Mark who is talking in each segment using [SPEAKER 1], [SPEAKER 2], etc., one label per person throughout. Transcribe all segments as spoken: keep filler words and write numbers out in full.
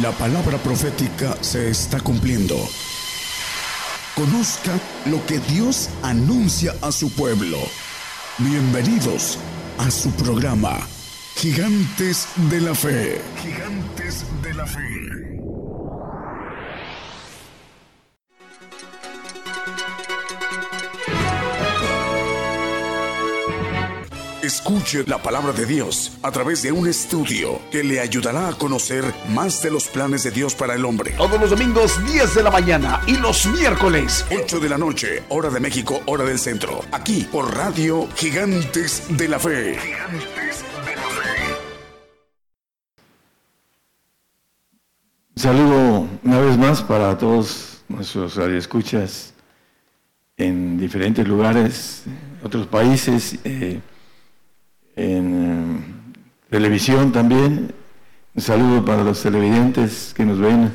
[SPEAKER 1] La palabra profética se está cumpliendo. Conozca lo que Dios anuncia a su pueblo. Bienvenidos a su programa, Gigantes de la Fe. Gigantes de la Fe. Escuche la palabra de Dios a través de un estudio que le ayudará a conocer más de los planes de Dios para el hombre.
[SPEAKER 2] Todos los domingos, diez de la mañana, y los miércoles,
[SPEAKER 1] ocho de la noche, hora de México, hora del centro. Aquí por Radio Gigantes de la Fe. Gigantes de la Fe.
[SPEAKER 3] Un saludo una vez más para todos nuestros radioescuchas en diferentes lugares, otros países, eh, en eh, televisión también. Un saludo para los televidentes que nos ven,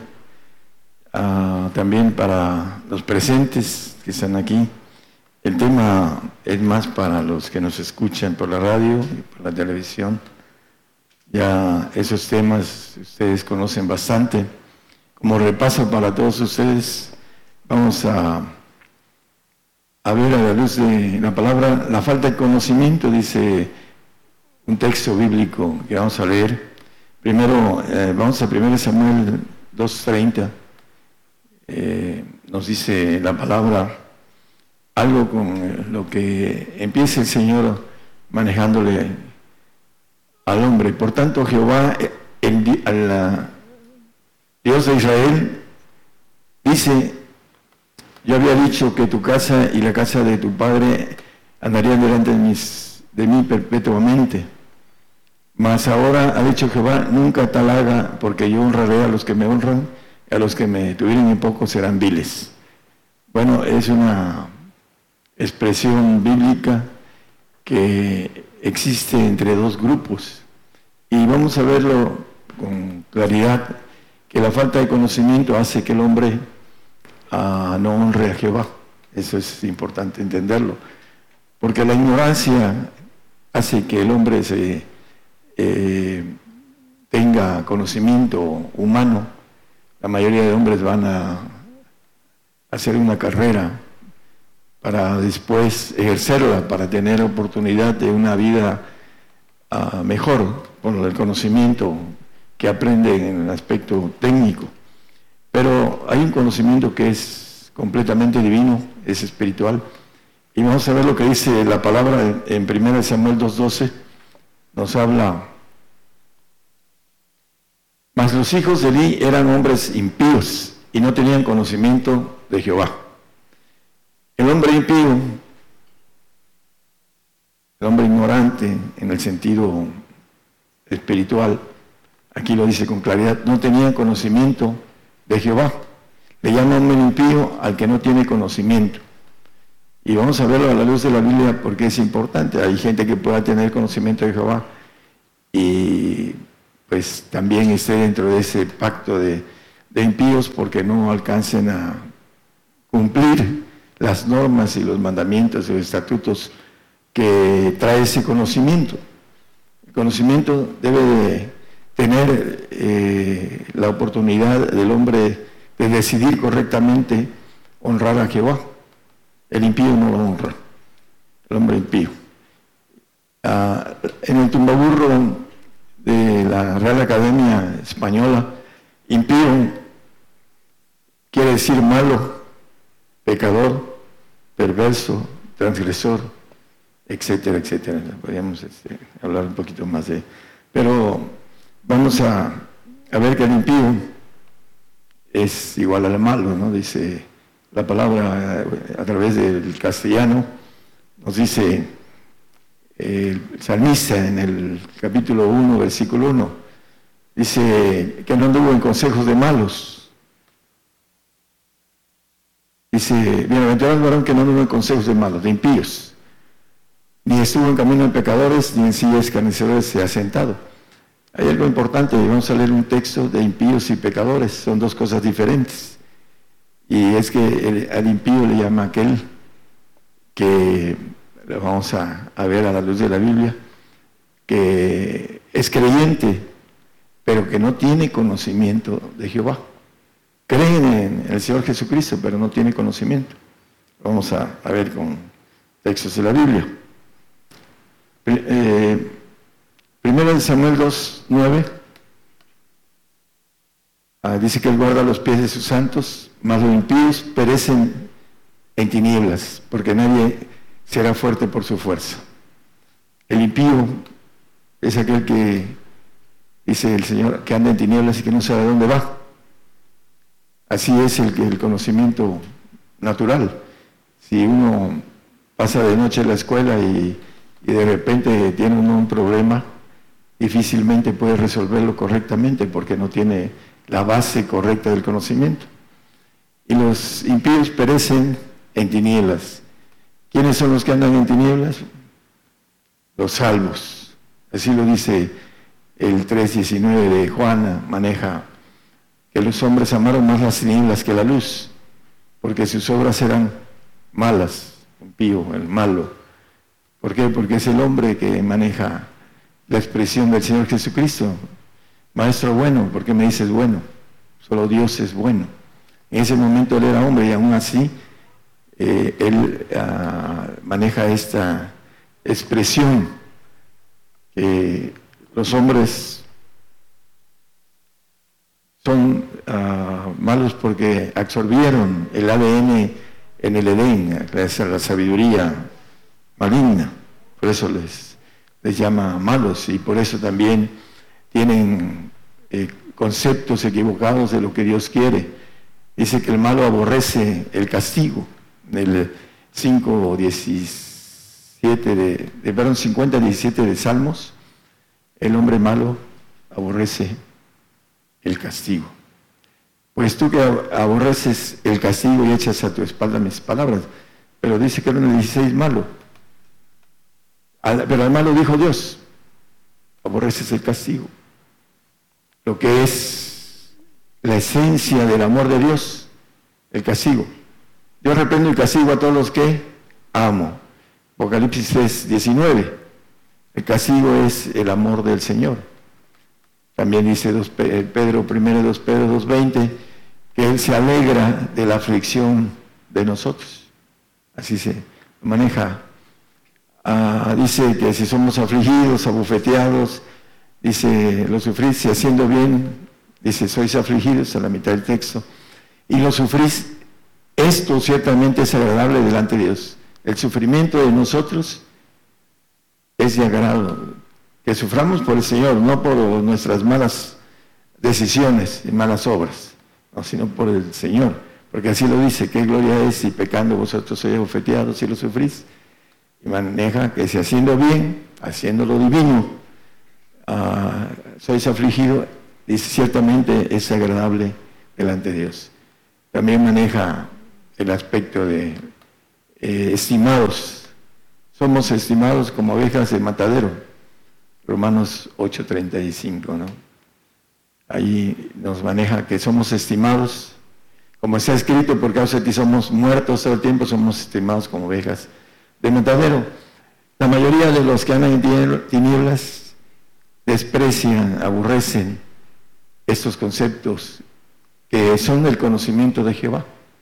[SPEAKER 3] uh, también para los presentes que están aquí. El tema es más para los que nos escuchan por la radio y por la televisión. Ya esos temas ustedes conocen bastante. Como repaso para todos ustedes, vamos a, a ver a la luz de la palabra la falta de conocimiento, dice un texto bíblico que vamos a leer. Primero, eh, vamos a primero Samuel dos treinta. Eh, nos dice la palabra algo con lo que empieza el Señor manejándole al hombre. Por tanto, Jehová, el, el Dios de Israel, dice: yo había dicho que tu casa y la casa de tu padre andarían delante de, mis, de mí perpetuamente. Mas ahora ha dicho Jehová: nunca tal haga, porque yo honraré a los que me honran, y a los que me tuvieron en poco serán viles. Bueno, es una expresión bíblica que existe entre dos grupos, y vamos a verlo con claridad, que la falta de conocimiento hace que el hombre uh, no honre a Jehová. Eso es importante entenderlo, porque la ignorancia hace que el hombre se Eh, tenga conocimiento humano. La mayoría de hombres van a hacer una carrera para después ejercerla, para tener oportunidad de una vida uh, mejor, por el conocimiento que aprenden en el aspecto técnico. Pero hay un conocimiento que es completamente divino, es espiritual, y vamos a ver lo que dice la palabra en, en primero Samuel dos doce. Nos habla: mas los hijos de Elí eran hombres impíos y no tenían conocimiento de Jehová. El hombre impío, el hombre ignorante en el sentido espiritual, aquí lo dice con claridad, no tenía conocimiento de Jehová. Le llama hombre impío al que no tiene conocimiento. Y vamos a verlo a la luz de la Biblia porque es importante. Hay gente que pueda tener conocimiento de Jehová y pues también esté dentro de ese pacto de, de impíos porque no alcancen a cumplir las normas y los mandamientos y los estatutos que trae ese conocimiento. El conocimiento debe de tener eh, la oportunidad del hombre de decidir correctamente honrar a Jehová. El impío no lo honra, el hombre impío. Ah, en el tumbaburro de la Real Academia Española, impío quiere decir malo, pecador, perverso, transgresor, etcétera, etcétera. Podríamos este, hablar un poquito más de... Pero vamos a, a ver que el impío es igual al malo, ¿no? Dice la palabra a través del castellano, nos dice el salmista en el capítulo uno, versículo uno, dice que no anduvo en consejos de malos. Dice: bienaventurado el varón que no anduvo en consejos de malos, de impíos, ni estuvo en camino de pecadores, ni en sillas escarnecedores se ha sentado. Hay algo importante, vamos a leer un texto de impíos y pecadores, son dos cosas diferentes. Y es que el, al impío le llama aquel que, lo vamos a, a ver a la luz de la Biblia, que es creyente, pero que no tiene conocimiento de Jehová. Creen en el Señor Jesucristo, pero no tiene conocimiento. Vamos a, a ver con textos de la Biblia. Eh, primero de Samuel dos, nueve. Ah, dice que Él guarda los pies de sus santos, mas los impíos perecen en tinieblas, porque nadie será fuerte por su fuerza. El impío es aquel que, dice el Señor, que anda en tinieblas y que no sabe a dónde va. Así es el, el conocimiento natural. Si uno pasa de noche a la escuela y, y de repente tiene uno un problema, difícilmente puede resolverlo correctamente porque no tiene la base correcta del conocimiento. Y los impíos perecen en tinieblas. ¿Quiénes son los que andan en tinieblas? Los salvos. Así lo dice el tres diecinueve de Juan, maneja que los hombres amaron más las tinieblas que la luz, porque sus obras eran malas, impío, el malo. ¿Por qué? Porque es el hombre que maneja la expresión del Señor Jesucristo. Maestro bueno, ¿por qué me dices bueno? Solo Dios es bueno. En ese momento él era hombre y aún así eh, él uh, maneja esta expresión que los hombres son uh, malos porque absorbieron el A D N en el Edén, gracias a la sabiduría maligna. Por eso les, les llama malos y por eso también tienen eh, conceptos equivocados de lo que Dios quiere. Dice que el malo aborrece el castigo. El cinco diecisiete de, de perdón, cincuenta diecisiete de Salmos, el hombre malo aborrece el castigo. Pues tú que aborreces el castigo y echas a tu espalda mis palabras, pero dice que era un dieciséis malo. Pero al malo dijo Dios, aborreces el castigo. Lo que es la esencia del amor de Dios, el castigo. Yo reprendo el castigo a todos los que amo. Apocalipsis tres diecinueve. El castigo es el amor del Señor. También dice dos Pedro, primero dos Pedro dos veinte, que Él se alegra de la aflicción de nosotros. Así se maneja. Ah, dice que si somos afligidos, abofeteados, dice, lo sufrís y haciendo bien, dice, sois afligidos, a la mitad del texto, y lo sufrís, esto ciertamente es agradable delante de Dios. El sufrimiento de nosotros es de agrado, que suframos por el Señor, no por nuestras malas decisiones y malas obras, no, sino por el Señor, porque así lo dice, qué gloria es si pecando vosotros sois abofeteados y lo sufrís. Y maneja que si haciendo bien, haciendo lo divino, uh, sois afligidos, dice ciertamente es agradable delante de Dios. También maneja el aspecto de eh, estimados. Somos estimados como ovejas de matadero. Romanos ocho treinta y cinco, ¿no? Ahí nos maneja que somos estimados, como está escrito, por causa de ti somos muertos todo el tiempo, somos estimados como ovejas de matadero. La mayoría de los que andan en tinieblas desprecian, aborrecen estos conceptos que son el conocimiento de Jehová,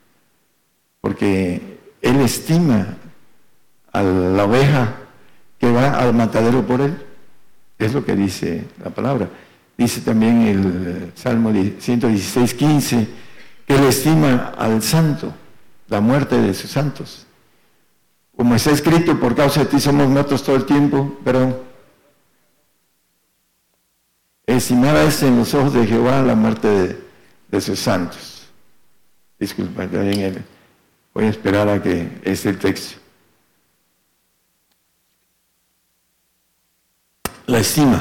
[SPEAKER 3] porque Él estima a la oveja que va al matadero por Él. Es lo que dice la palabra. Dice también el Salmo ciento dieciséis, quince, que Él estima al santo, la muerte de sus santos. Como está escrito, por causa de ti somos muertos todo el tiempo, pero estimada es en los ojos de Jehová la muerte de, de sus santos. Disculpa, también él. Voy a esperar a que esté el texto. La estima.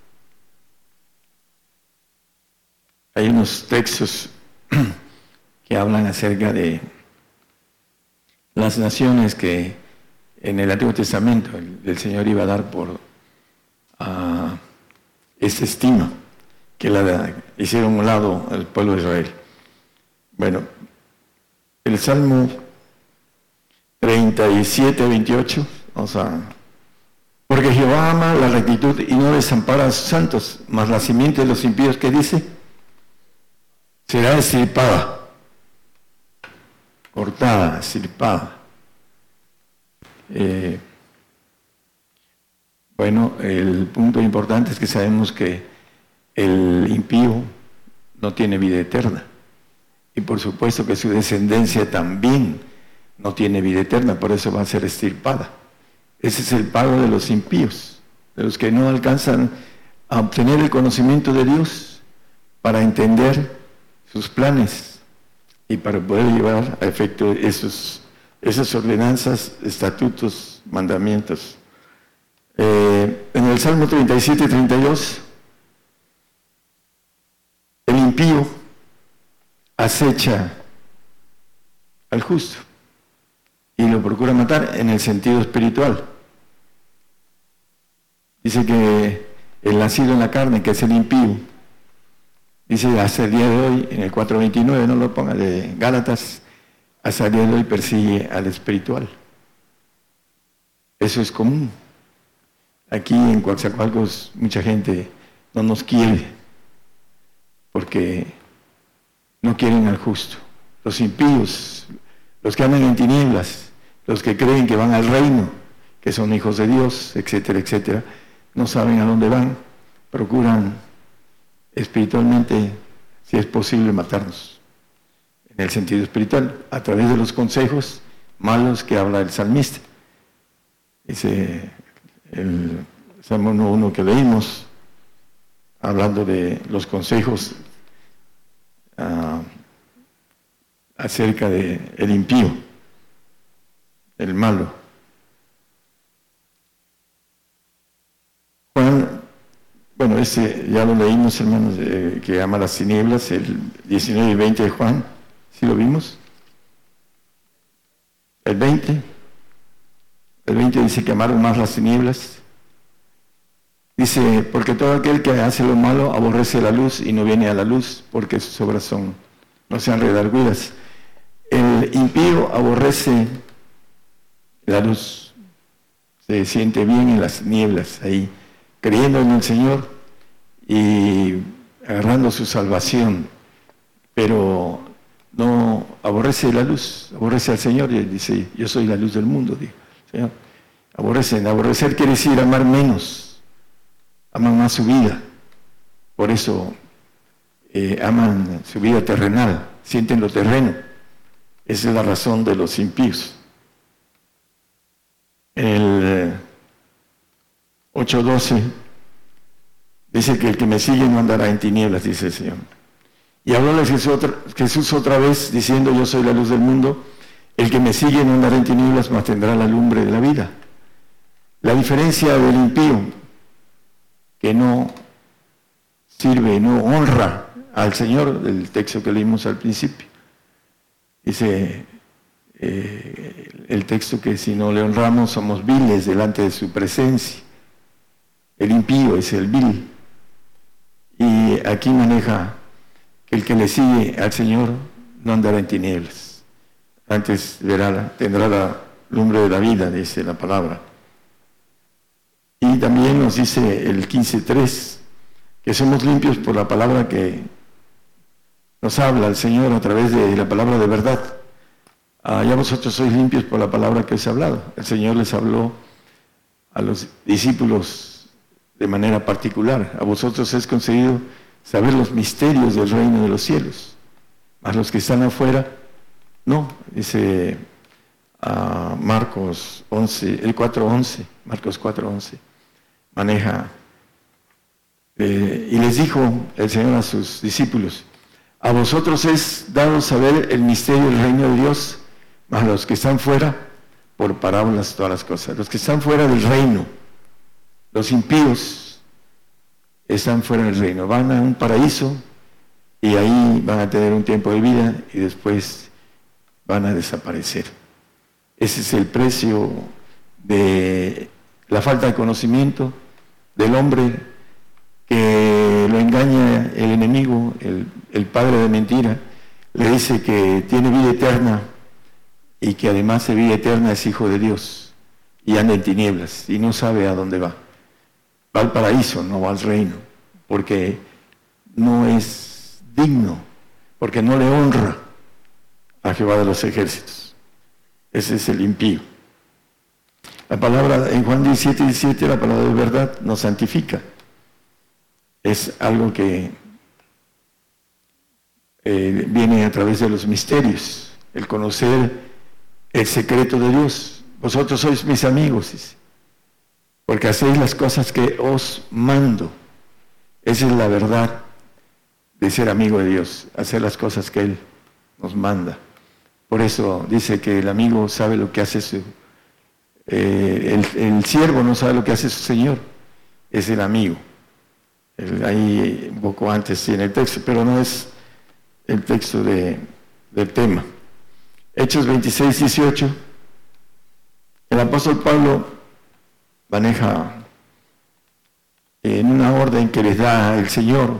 [SPEAKER 3] Hay unos textos que hablan acerca de las naciones que en el Antiguo Testamento el, el Señor iba a dar por uh, esta estima que la hicieron a un lado al pueblo de Israel. Bueno, el Salmo treinta y siete, veintiocho, vamos a Porque Jehová ama la rectitud y no desampara a sus santos, mas la simiente de los impíos, ¿qué dice? Será extirpada, cortada, extirpada. Eh, bueno, el punto importante es que sabemos que el impío no tiene vida eterna. Y por supuesto que su descendencia también no tiene vida eterna, por eso va a ser extirpada. Ese es el pago de los impíos, de los que no alcanzan a obtener el conocimiento de Dios para entender sus planes y para poder llevar a efecto esos, esas ordenanzas, estatutos, mandamientos. Eh, en el Salmo treinta y siete, treinta y dos, el impío acecha al justo y lo procura matar en el sentido espiritual. Dice que el nacido en la carne, que es el impío, dice hasta el día de hoy, en el cuatro veintinueve, no lo ponga, de Gálatas, hasta el día de hoy persigue al espiritual. Eso es común. Aquí en Coatzacoalcos mucha gente no nos quiere porque no quieren al justo. Los impíos, los que andan en tinieblas, los que creen que van al reino, que son hijos de Dios, etcétera, etcétera, no saben a dónde van, procuran espiritualmente, si es posible, matarnos. En el sentido espiritual, a través de los consejos malos que habla el salmista. Dice el Salmo uno uno que leímos, hablando de los consejos uh, acerca de el impío, el malo. Juan, bueno, este ya lo leímos, hermanos, eh, que ama las tinieblas, el diecinueve y veinte de Juan, ¿sí lo vimos? El veinte, el veinte dice que amaron más las tinieblas. Dice, porque todo aquel que hace lo malo aborrece la luz y no viene a la luz, porque sus obras son, no sean redarguidas. El impío aborrece la luz, se siente bien en las nieblas, ahí, creyendo en el Señor y agarrando su salvación, pero no aborrece la luz, aborrece al Señor y dice, yo soy la luz del mundo, dijo, Señor. Aborrecen, aborrecer quiere decir amar menos, aman más su vida, por eso eh, aman su vida terrenal, sienten lo terreno. Esa es la razón de los impíos. El ocho doce dice que el que me sigue no andará en tinieblas, dice el Señor. Y habló Jesús otra, Jesús otra vez diciendo, yo soy la luz del mundo, el que me sigue no andará en tinieblas, mas tendrá la lumbre de la vida. La diferencia del impío, que no sirve, no honra al Señor, del texto que leímos al principio. Dice eh, el texto que si no le honramos somos viles delante de su presencia. El impío es el vil. Y aquí maneja que el que le sigue al Señor no andará en tinieblas. Antes verá, tendrá la lumbre de la vida, dice la palabra. Y también nos dice el quince tres, que somos limpios por la palabra que nos habla el Señor a través de la palabra de verdad. Ah, ya vosotros sois limpios por la palabra que os he hablado. El Señor les habló a los discípulos de manera particular. A vosotros es concedido saber los misterios del reino de los cielos. A los que están afuera, no, dice uh, Marcos once, el cuatro once, Marcos cuatro once, maneja, eh, y les dijo el Señor a sus discípulos, a vosotros es dado saber el misterio del reino de Dios, mas a los que están fuera, por parábolas todas las cosas. Los que están fuera del reino, los impíos, están fuera del reino, van a un paraíso y ahí van a tener un tiempo de vida y después van a desaparecer. Ese es el precio de la falta de conocimiento del hombre, que lo engaña el enemigo, el, el padre de mentira, le dice que tiene vida eterna y que además de vida eterna es hijo de Dios. y anda en tinieblas y no sabe a dónde va. Va al paraíso, no va al reino, porque no es digno, porque no le honra a Jehová de los ejércitos. Ese es el impío. La palabra en Juan diecisiete, diecisiete, la palabra de verdad nos santifica. Es algo que eh, viene a través de los misterios, el conocer el secreto de Dios. Vosotros sois mis amigos, dice, porque hacéis las cosas que os mando. Esa es la verdad de ser amigo de Dios, hacer las cosas que Él nos manda. Por eso dice que el amigo sabe lo que hace su... Eh, el, el siervo no sabe lo que hace su Señor, es el amigo. El, ahí un poco antes sí en el texto, pero no es el texto de, del tema. Hechos veintiséis, dieciocho. El apóstol Pablo maneja en una orden que les da el Señor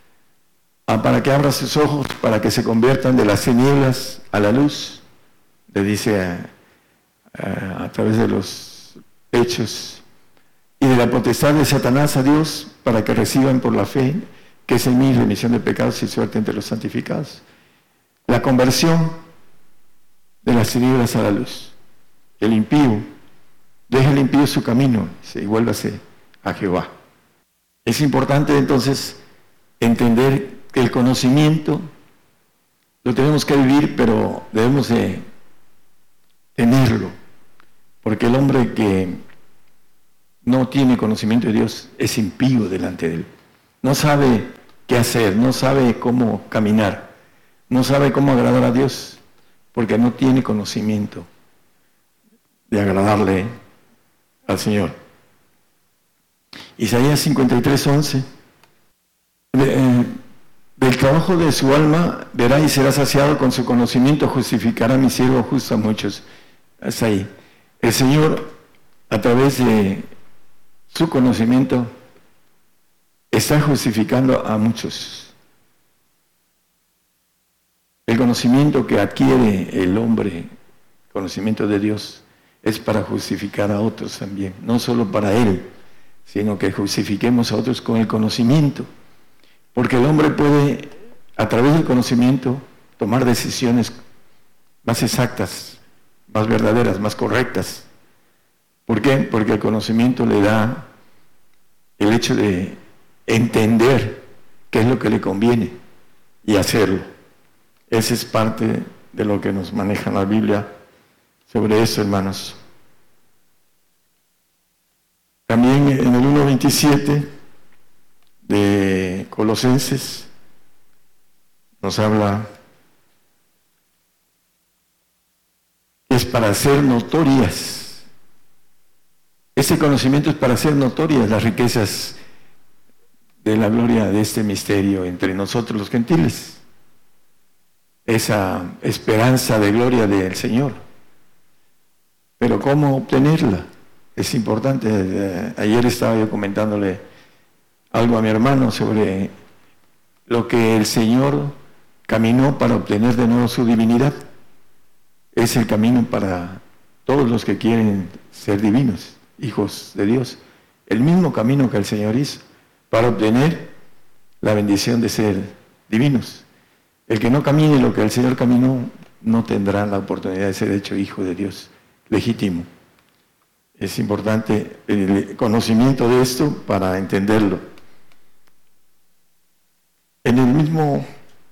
[SPEAKER 3] para que abra sus ojos, para que se conviertan de las tinieblas a la luz. Le dice a, a, a través de los hechos, y de la potestad de Satanás a Dios, para que reciban por la fe, que es en mí remisión de pecados y suerte entre los santificados. La conversión de las tinieblas a la luz. El impío, deja el impío su camino y vuélvase a Jehová. Es importante entonces entender que el conocimiento lo tenemos que vivir, pero debemos de tenerlo, porque el hombre que no tiene conocimiento de Dios es impío delante de Él. No sabe qué hacer, no sabe cómo caminar, no sabe cómo agradar a Dios, porque no tiene conocimiento de agradarle al Señor. Isaías cincuenta y tres, once. De, eh, del trabajo de su alma verá y será saciado, con su conocimiento justificará mi siervo justo a muchos. Hasta ahí. El Señor, a través de su conocimiento, está justificando a muchos. El conocimiento que adquiere el hombre, conocimiento de Dios, es para justificar a otros también, no solo para Él, sino que justifiquemos a otros con el conocimiento, porque el hombre puede, a través del conocimiento, tomar decisiones más exactas, más verdaderas, más correctas. ¿Por qué? Porque el conocimiento le da el hecho de entender qué es lo que le conviene y hacerlo. Esa es parte de lo que nos maneja la Biblia sobre eso, hermanos. También en el uno veintisiete de Colosenses nos habla que es para hacer notorias. Ese conocimiento es para hacer notorias las riquezas de la gloria de este misterio entre nosotros los gentiles. Esa esperanza de gloria del Señor. Pero ¿cómo obtenerla? Es importante. Ayer estaba yo comentándole algo a mi hermano sobre lo que el Señor caminó para obtener de nuevo su divinidad. Es el camino para todos los que quieren ser divinos, hijos de Dios. El mismo camino que el Señor hizo para obtener la bendición de ser divinos. El que no camine lo que el Señor caminó no tendrá la oportunidad de ser hecho hijo de Dios legítimo. Es importante el conocimiento de esto para entenderlo. En el mismo,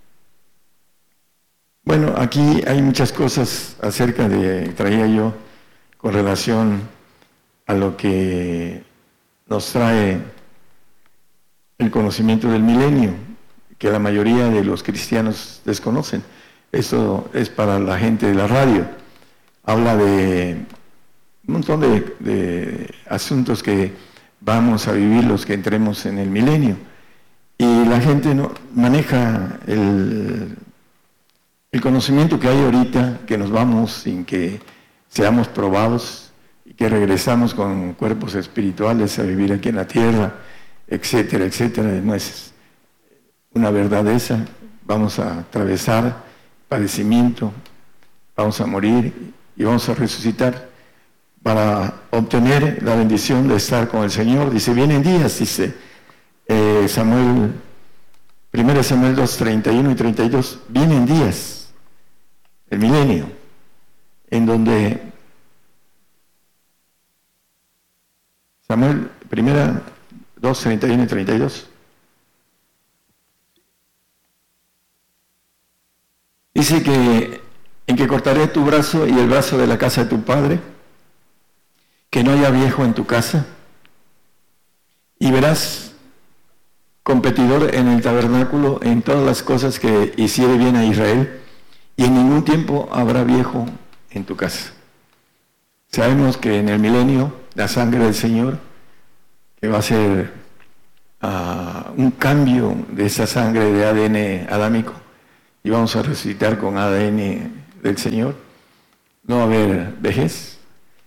[SPEAKER 3] bueno, aquí hay muchas cosas acerca de, traía yo con relación a lo que nos trae el conocimiento del milenio, que la mayoría de los cristianos desconocen. Esto es para la gente de la radio. Habla de un montón de, de asuntos que vamos a vivir los que entremos en el milenio. Y la gente no maneja el, el conocimiento que hay ahorita, que nos vamos sin que seamos probados y que regresamos con cuerpos espirituales a vivir aquí en la tierra, etcétera, etcétera. No es una verdad esa. Vamos a atravesar padecimiento, vamos a morir y vamos a resucitar. para obtener la bendición de estar con el Señor. Dice, vienen días, dice eh, Samuel, primero Samuel dos, treinta y uno y treinta y dos, vienen días, el milenio, en donde Samuel, primera dos, treinta y uno y treinta y dos, dice que en que cortaré tu brazo y el brazo de la casa de tu padre, que no haya viejo en tu casa, y verás competidor en el tabernáculo en todas las cosas que hiciere bien a Israel, y en ningún tiempo habrá viejo en tu casa. Sabemos que en el milenio la sangre del Señor, que va a ser uh, un cambio de esa sangre de A D N adámico, y vamos a resucitar con A D N del Señor, no va a haber vejez.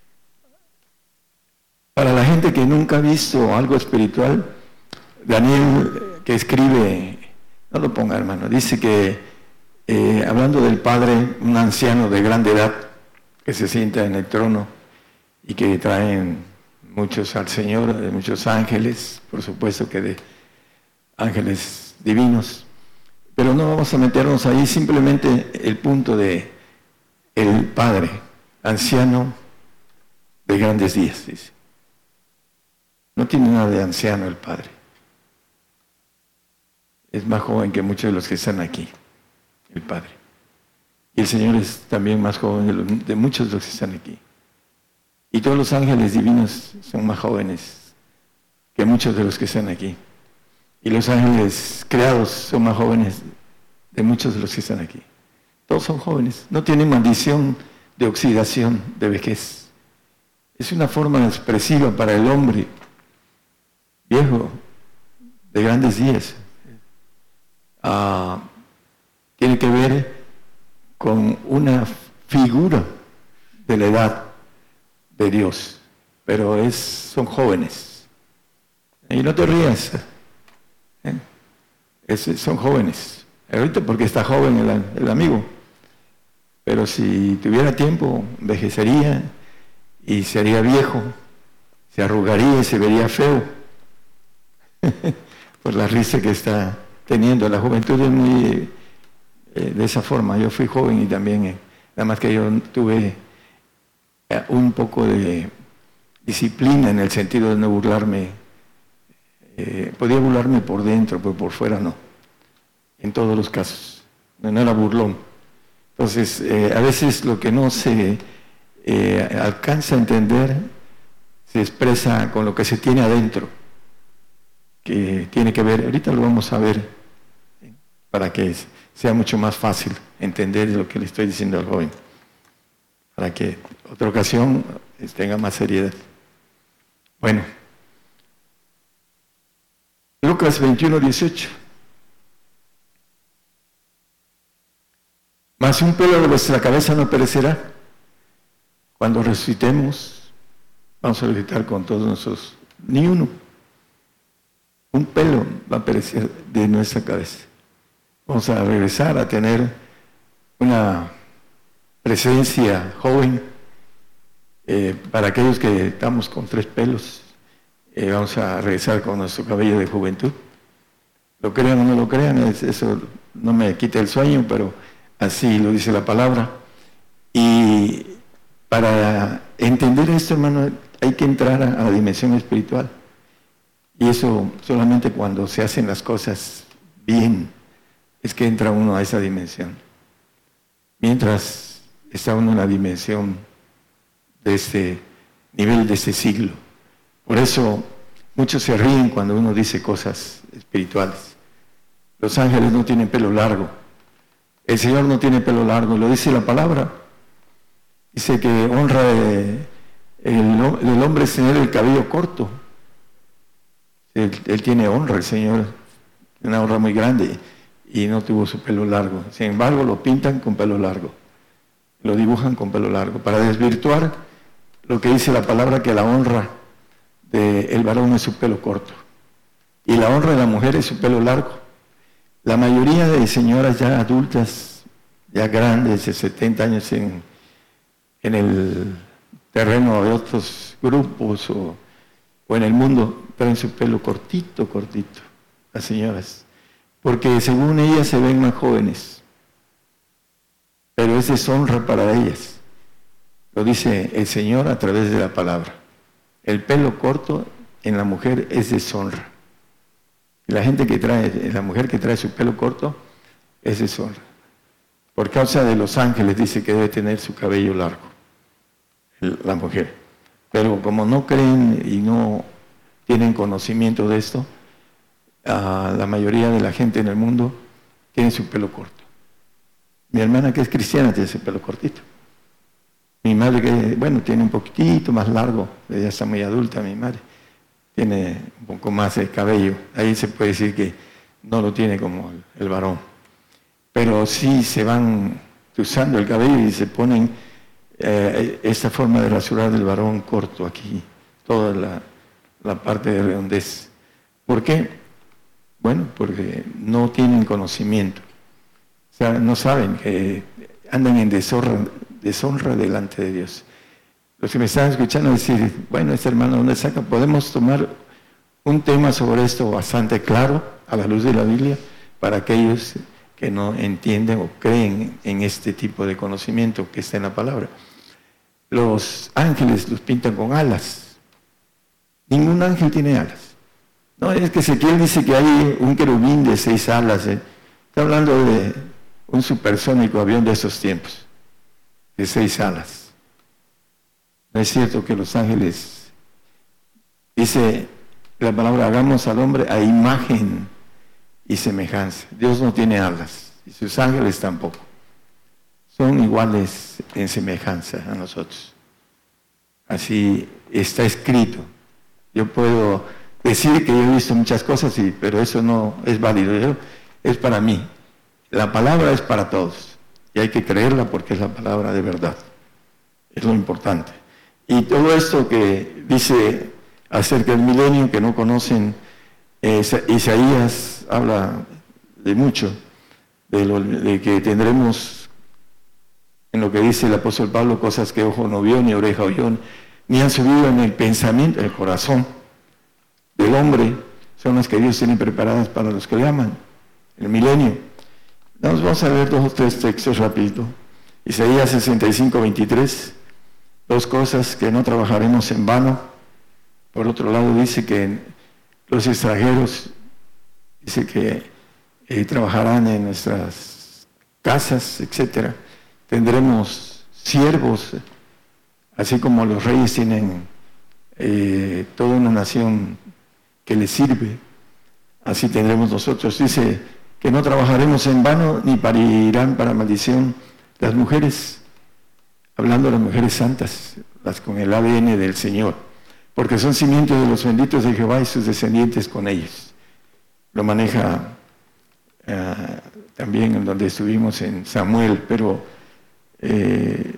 [SPEAKER 3] Para la gente que nunca ha visto algo espiritual, Daniel, que escribe, no lo ponga hermano, dice que eh, hablando del Padre, un anciano de grande edad que se sienta en el trono y que traen muchos al Señor, de muchos ángeles, por supuesto que de ángeles divinos, pero no vamos a meternos ahí, simplemente el punto de el Padre, anciano de grandes días, dice. No tiene nada de anciano el Padre. Es más joven que muchos de los que están aquí, el Padre. Y el Señor es también más joven de, los, de muchos de los que están aquí. Y todos los ángeles divinos son más jóvenes que muchos de los que están aquí. Y los ángeles creados son más jóvenes de muchos de los que están aquí. Todos son jóvenes, no tienen maldición de oxidación, de vejez. Es una forma expresiva para el hombre viejo, de grandes días. Uh, tiene que ver con una figura de la edad de Dios, pero es, son jóvenes. Y no te rías, ¿eh? es, son jóvenes. Ahorita porque está joven el, el amigo, pero si tuviera tiempo, envejecería y sería viejo, se arrugaría y se vería feo por la risa que está teniendo. La juventud es muy eh, de esa forma. Yo fui joven y también, eh, nada más que yo tuve eh, un poco de disciplina en el sentido de no burlarme. Eh, podía burlarme por dentro, pero por fuera no. En todos los casos. No, no era burlón. Entonces, eh, a veces lo que no se eh, alcanza a entender se expresa con lo que se tiene adentro, que tiene que ver, ahorita lo vamos a ver, para que sea mucho más fácil entender lo que le estoy diciendo al joven, para que otra ocasión tenga más seriedad. Bueno, Lucas veintiuno, dieciocho. Mas un pelo de vuestra cabeza no perecerá. Cuando resucitemos, vamos a resucitar con todos nosotros, ni uno. Un pelo va a perecer de nuestra cabeza. Vamos a regresar a tener una presencia joven. Eh, para aquellos que estamos con tres pelos, eh, vamos a regresar con nuestro cabello de juventud. Lo crean o no lo crean, eso no me quita el sueño, pero así lo dice la palabra. Y para entender esto, hermano, hay que entrar a la dimensión espiritual. Y eso solamente cuando se hacen las cosas bien es que entra uno a esa dimensión. Mientras está uno en la dimensión de este nivel, de este siglo. Por eso muchos se ríen cuando uno dice cosas espirituales. Los ángeles no tienen pelo largo. El Señor no tiene pelo largo, lo dice la palabra. Dice que honra de, el, el hombre es tener el cabello corto. Él, él tiene honra, el Señor, una honra muy grande, y no tuvo su pelo largo. Sin embargo, lo pintan con pelo largo, lo dibujan con pelo largo, para desvirtuar lo que dice la palabra, que la honra del varón es su pelo corto, y la honra de la mujer es su pelo largo. La mayoría de señoras ya adultas, ya grandes, de setenta años en, en el terreno de otros grupos o, o en el mundo, traen su pelo cortito, cortito, las señoras, porque según ellas se ven más jóvenes, pero es deshonra para ellas. Lo dice el Señor a través de la palabra. El pelo corto en la mujer es deshonra. La gente que trae, la mujer que trae su pelo corto es deshonra. Por causa de los ángeles dice que debe tener su cabello largo, la mujer. Pero como no creen y no tienen conocimiento de esto, uh, la mayoría de la gente en el mundo tiene su pelo corto. Mi hermana, que es cristiana, tiene su pelo cortito. Mi madre, que, bueno, tiene un poquitito más largo, ella está muy adulta, mi madre, tiene un poco más de cabello. Ahí se puede decir que no lo tiene como el, el varón. Pero sí se van usando el cabello y se ponen eh, esta forma de rasurar del varón corto aquí, toda la, la parte de redondez. ¿Por qué? Bueno, porque no tienen conocimiento. O sea, no saben que andan en deshonra, deshonra delante de Dios. Los que me están escuchando decir, bueno, este hermano, ¿dónde saca? Podemos tomar un tema sobre esto bastante claro, a la luz de la Biblia, para aquellos que no entienden o creen en este tipo de conocimiento que está en la palabra. Los ángeles los pintan con alas. Ningún ángel tiene alas. No, es que Ezequiel dice que hay un querubín de seis alas. ¿eh? Está hablando de un supersónico avión de esos tiempos, de seis alas. No es cierto que los ángeles, dice la palabra, hagamos al hombre a imagen y semejanza. Dios no tiene alas y sus ángeles tampoco. Son iguales en semejanza a nosotros. Así está escrito. Yo puedo decir que yo he visto muchas cosas, sí, pero eso no es válido. Yo, es para mí. La palabra es para todos y hay que creerla porque es la palabra de verdad. Es lo importante. Y todo esto que dice acerca del milenio, que no conocen, eh, Isaías habla de mucho, de, lo, de que tendremos, en lo que dice el apóstol Pablo, cosas que ojo no vio, ni oreja oyó, ni han subido en el pensamiento, el corazón del hombre, son las que Dios tiene preparadas para los que le aman, el milenio. Nos vamos a ver dos o tres textos rapidito. Isaías sesenta y cinco, veintitrés, dos cosas que no trabajaremos en vano. Por otro lado dice que los extranjeros, dice que eh, trabajarán en nuestras casas, etcétera. Tendremos siervos, así como los reyes tienen eh, toda una nación que les sirve, así tendremos nosotros. Dice que no trabajaremos en vano, ni parirán para maldición las mujeres, hablando de las mujeres santas, las con el A D N del Señor, porque son cimientos de los benditos de Jehová y sus descendientes con ellos. Lo maneja uh, también en donde estuvimos en Samuel, pero eh,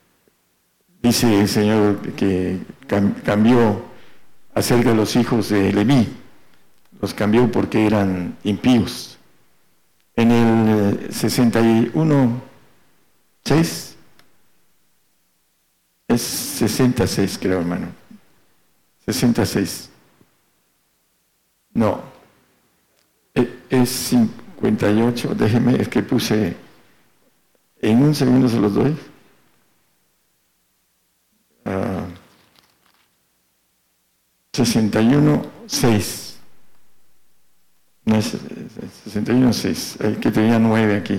[SPEAKER 3] dice el Señor que cam- cambió acerca de los hijos de Leví, los cambió porque eran impíos. En el sesenta y uno, seis, es sesenta y seis creo, hermano, sesenta y seis, no, es cincuenta y ocho, déjeme, es que puse, en un segundo se los doy. Uh, sesenta y uno, seis. No es sesenta y uno, seis, el que tenía nueve aquí.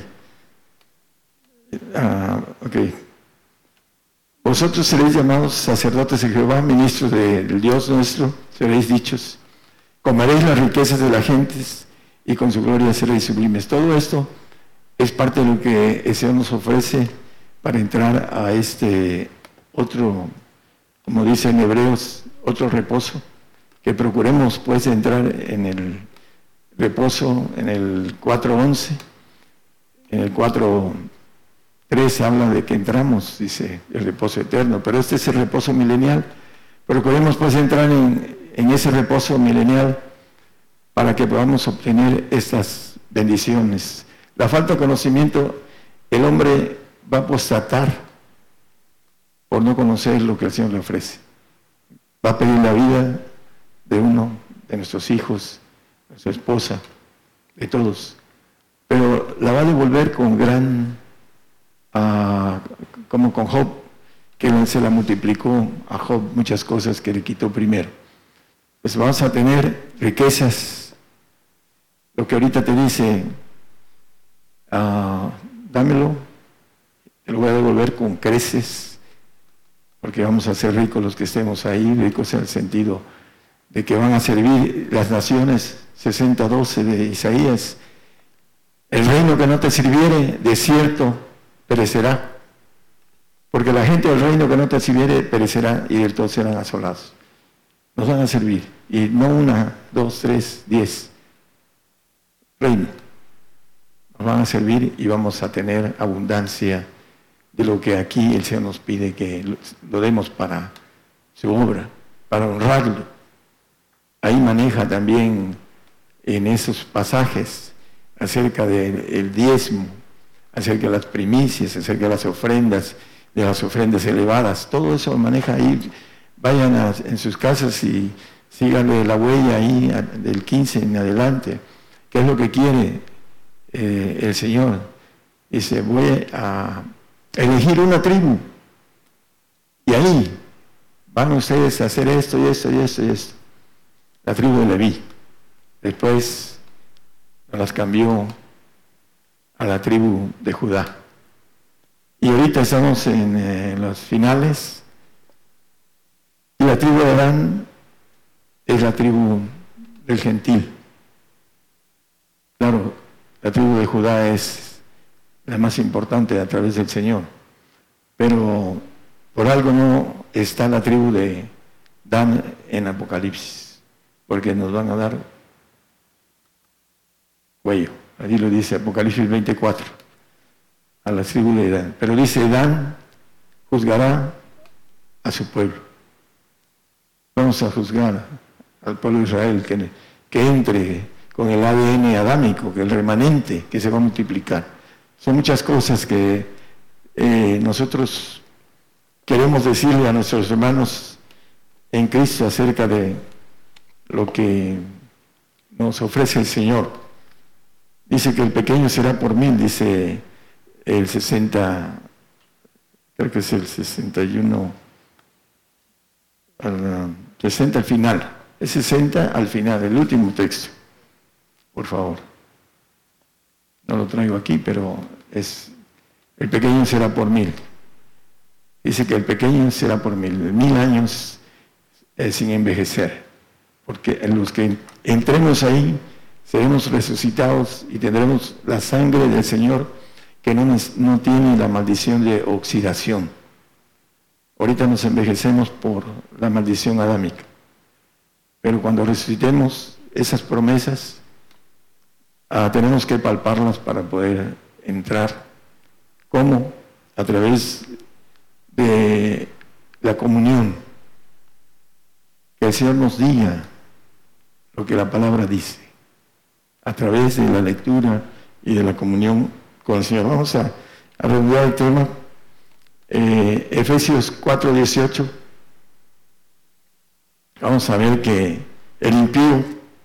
[SPEAKER 3] Ah, ok. Vosotros seréis llamados sacerdotes de Jehová, ministros del Dios nuestro, seréis dichos. Comeréis las riquezas de las gentes y con su gloria seréis sublimes. Todo esto es parte de lo que el Señor nos ofrece para entrar a este otro, como dice en Hebreos, otro reposo, que procuremos pues entrar en el reposo, en el cuatro once, en el cuatro tres habla de que entramos, dice, el reposo eterno, pero este es el reposo milenial. Procuremos pues entrar en, en ese reposo milenial para que podamos obtener estas bendiciones. La falta de conocimiento, el hombre va a apostatar por no conocer lo que el Señor le ofrece. Va a pedir la vida de uno, de nuestros hijos, de su esposa, de todos, pero la va a devolver con gran, uh, como con Job, que se la multiplicó a Job muchas cosas que le quitó primero. Pues vamos a tener riquezas, lo que ahorita te dice, uh, dámelo, te lo voy a devolver con creces, porque vamos a ser ricos los que estemos ahí, ricos en el sentido de que van a servir las naciones, sesenta doce de Isaías. El reino que no te sirviere, de cierto perecerá, porque la gente del reino que no te sirviere perecerá y del todo serán asolados. Nos van a servir, y no una, dos, tres, diez. Reino. Nos van a servir y vamos a tener abundancia de lo que aquí el Señor nos pide que lo demos para su obra, para honrarlo. Ahí maneja también en esos pasajes acerca del diezmo, acerca de las primicias, acerca de las ofrendas, de las ofrendas elevadas, todo eso maneja ahí. Vayan a, en sus casas y síganle la huella ahí a, del quince en adelante. ¿Qué es lo que quiere eh, el Señor? Dice, voy a elegir una tribu y ahí van ustedes a hacer esto y esto y esto y esto. La tribu de Leví. Después nos las cambió a la tribu de Judá. Y ahorita estamos en eh, los finales. Y la tribu de Adán es la tribu del gentil. Claro, la tribu de Judá es la más importante a través del Señor. Pero por algo no está la tribu de Dan en Apocalipsis, porque nos van a dar cuello. Allí lo dice Apocalipsis veinticuatro, a la tribu de Dan. Pero dice, Dan juzgará a su pueblo. Vamos a juzgar al pueblo de Israel que, que entre con el A D N adámico, que el remanente que se va a multiplicar. Son muchas cosas que eh, nosotros queremos decirle a nuestros hermanos en Cristo acerca de lo que nos ofrece el Señor. Dice que el pequeño será por mil, dice el sesenta, creo que es el sesenta y uno, al, sesenta al final, es sesenta al final, el último texto, por favor. No lo traigo aquí, pero es, el pequeño será por mil. Dice que el pequeño será por mil, mil años eh, sin envejecer, porque en los que entremos ahí seremos resucitados y tendremos la sangre del Señor que no, nos, no tiene la maldición de oxidación. Ahorita nos envejecemos por la maldición adámica, pero cuando resucitemos esas promesas, ah, tenemos que palparlas para poder entrar. ¿Cómo? A través de la comunión. Que el Señor nos diga lo que la palabra dice, a través de la lectura y de la comunión con el Señor. Vamos a, a redondear el tema. Eh, Efesios cuatro dieciocho. Vamos a ver que el impío,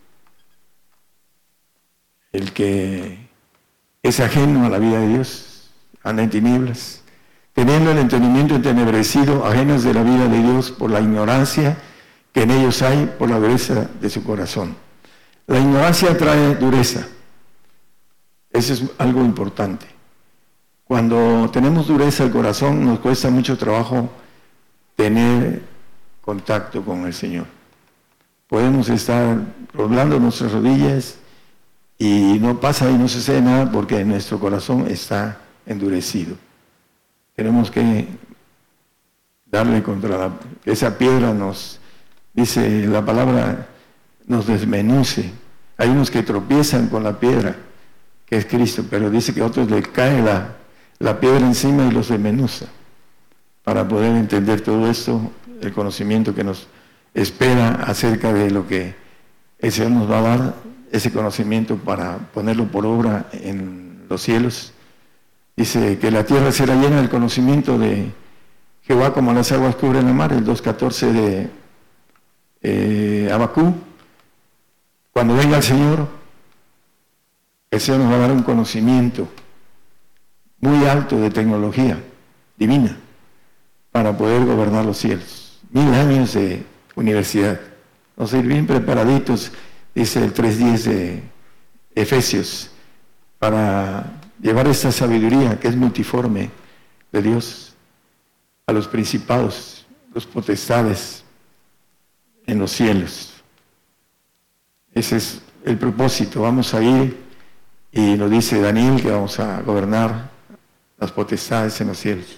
[SPEAKER 3] el que es ajeno a la vida de Dios, anda en tinieblas, teniendo el entendimiento entenebrecido, ajenos de la vida de Dios por la ignorancia que en ellos hay, por la dureza de su corazón. La ignorancia trae dureza. Eso es algo importante. Cuando tenemos dureza del corazón, nos cuesta mucho trabajo tener contacto con el Señor. Podemos estar doblando nuestras rodillas y no pasa y no sucede nada porque nuestro corazón está endurecido. Tenemos que darle contra la, esa piedra nos, dice la palabra, nos desmenuce. Hay unos que tropiezan con la piedra, que es Cristo, pero dice que a otros le cae la, la piedra encima y los desmenuza. Para poder entender todo esto, el conocimiento que nos espera acerca de lo que el Señor nos va a dar, ese conocimiento para ponerlo por obra en los cielos. Dice que la tierra será llena del conocimiento de Jehová como las aguas cubren la mar, el dos catorce de eh, Abacú. Cuando venga el Señor, el Señor nos va a dar un conocimiento muy alto de tecnología divina para poder gobernar los cielos. Mil años de universidad. Vamos a ir bien preparaditos, dice el tres diez de Efesios, para llevar esta sabiduría que es multiforme de Dios a los principados, los potestades en los cielos. Ese es el propósito. Vamos a ir, y nos dice Daniel que vamos a gobernar las potestades en los cielos.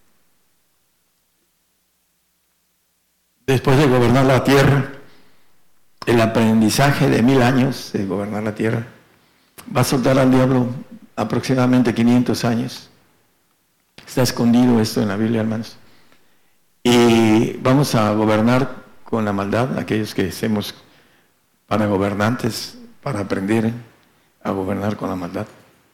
[SPEAKER 3] Después de gobernar la tierra, el aprendizaje de mil años de gobernar la tierra, va a soltar al diablo aproximadamente quinientos años. Está escondido esto en la Biblia, hermanos. Y vamos a gobernar con la maldad, aquellos que estemos para gobernantes, para aprender a gobernar con la maldad.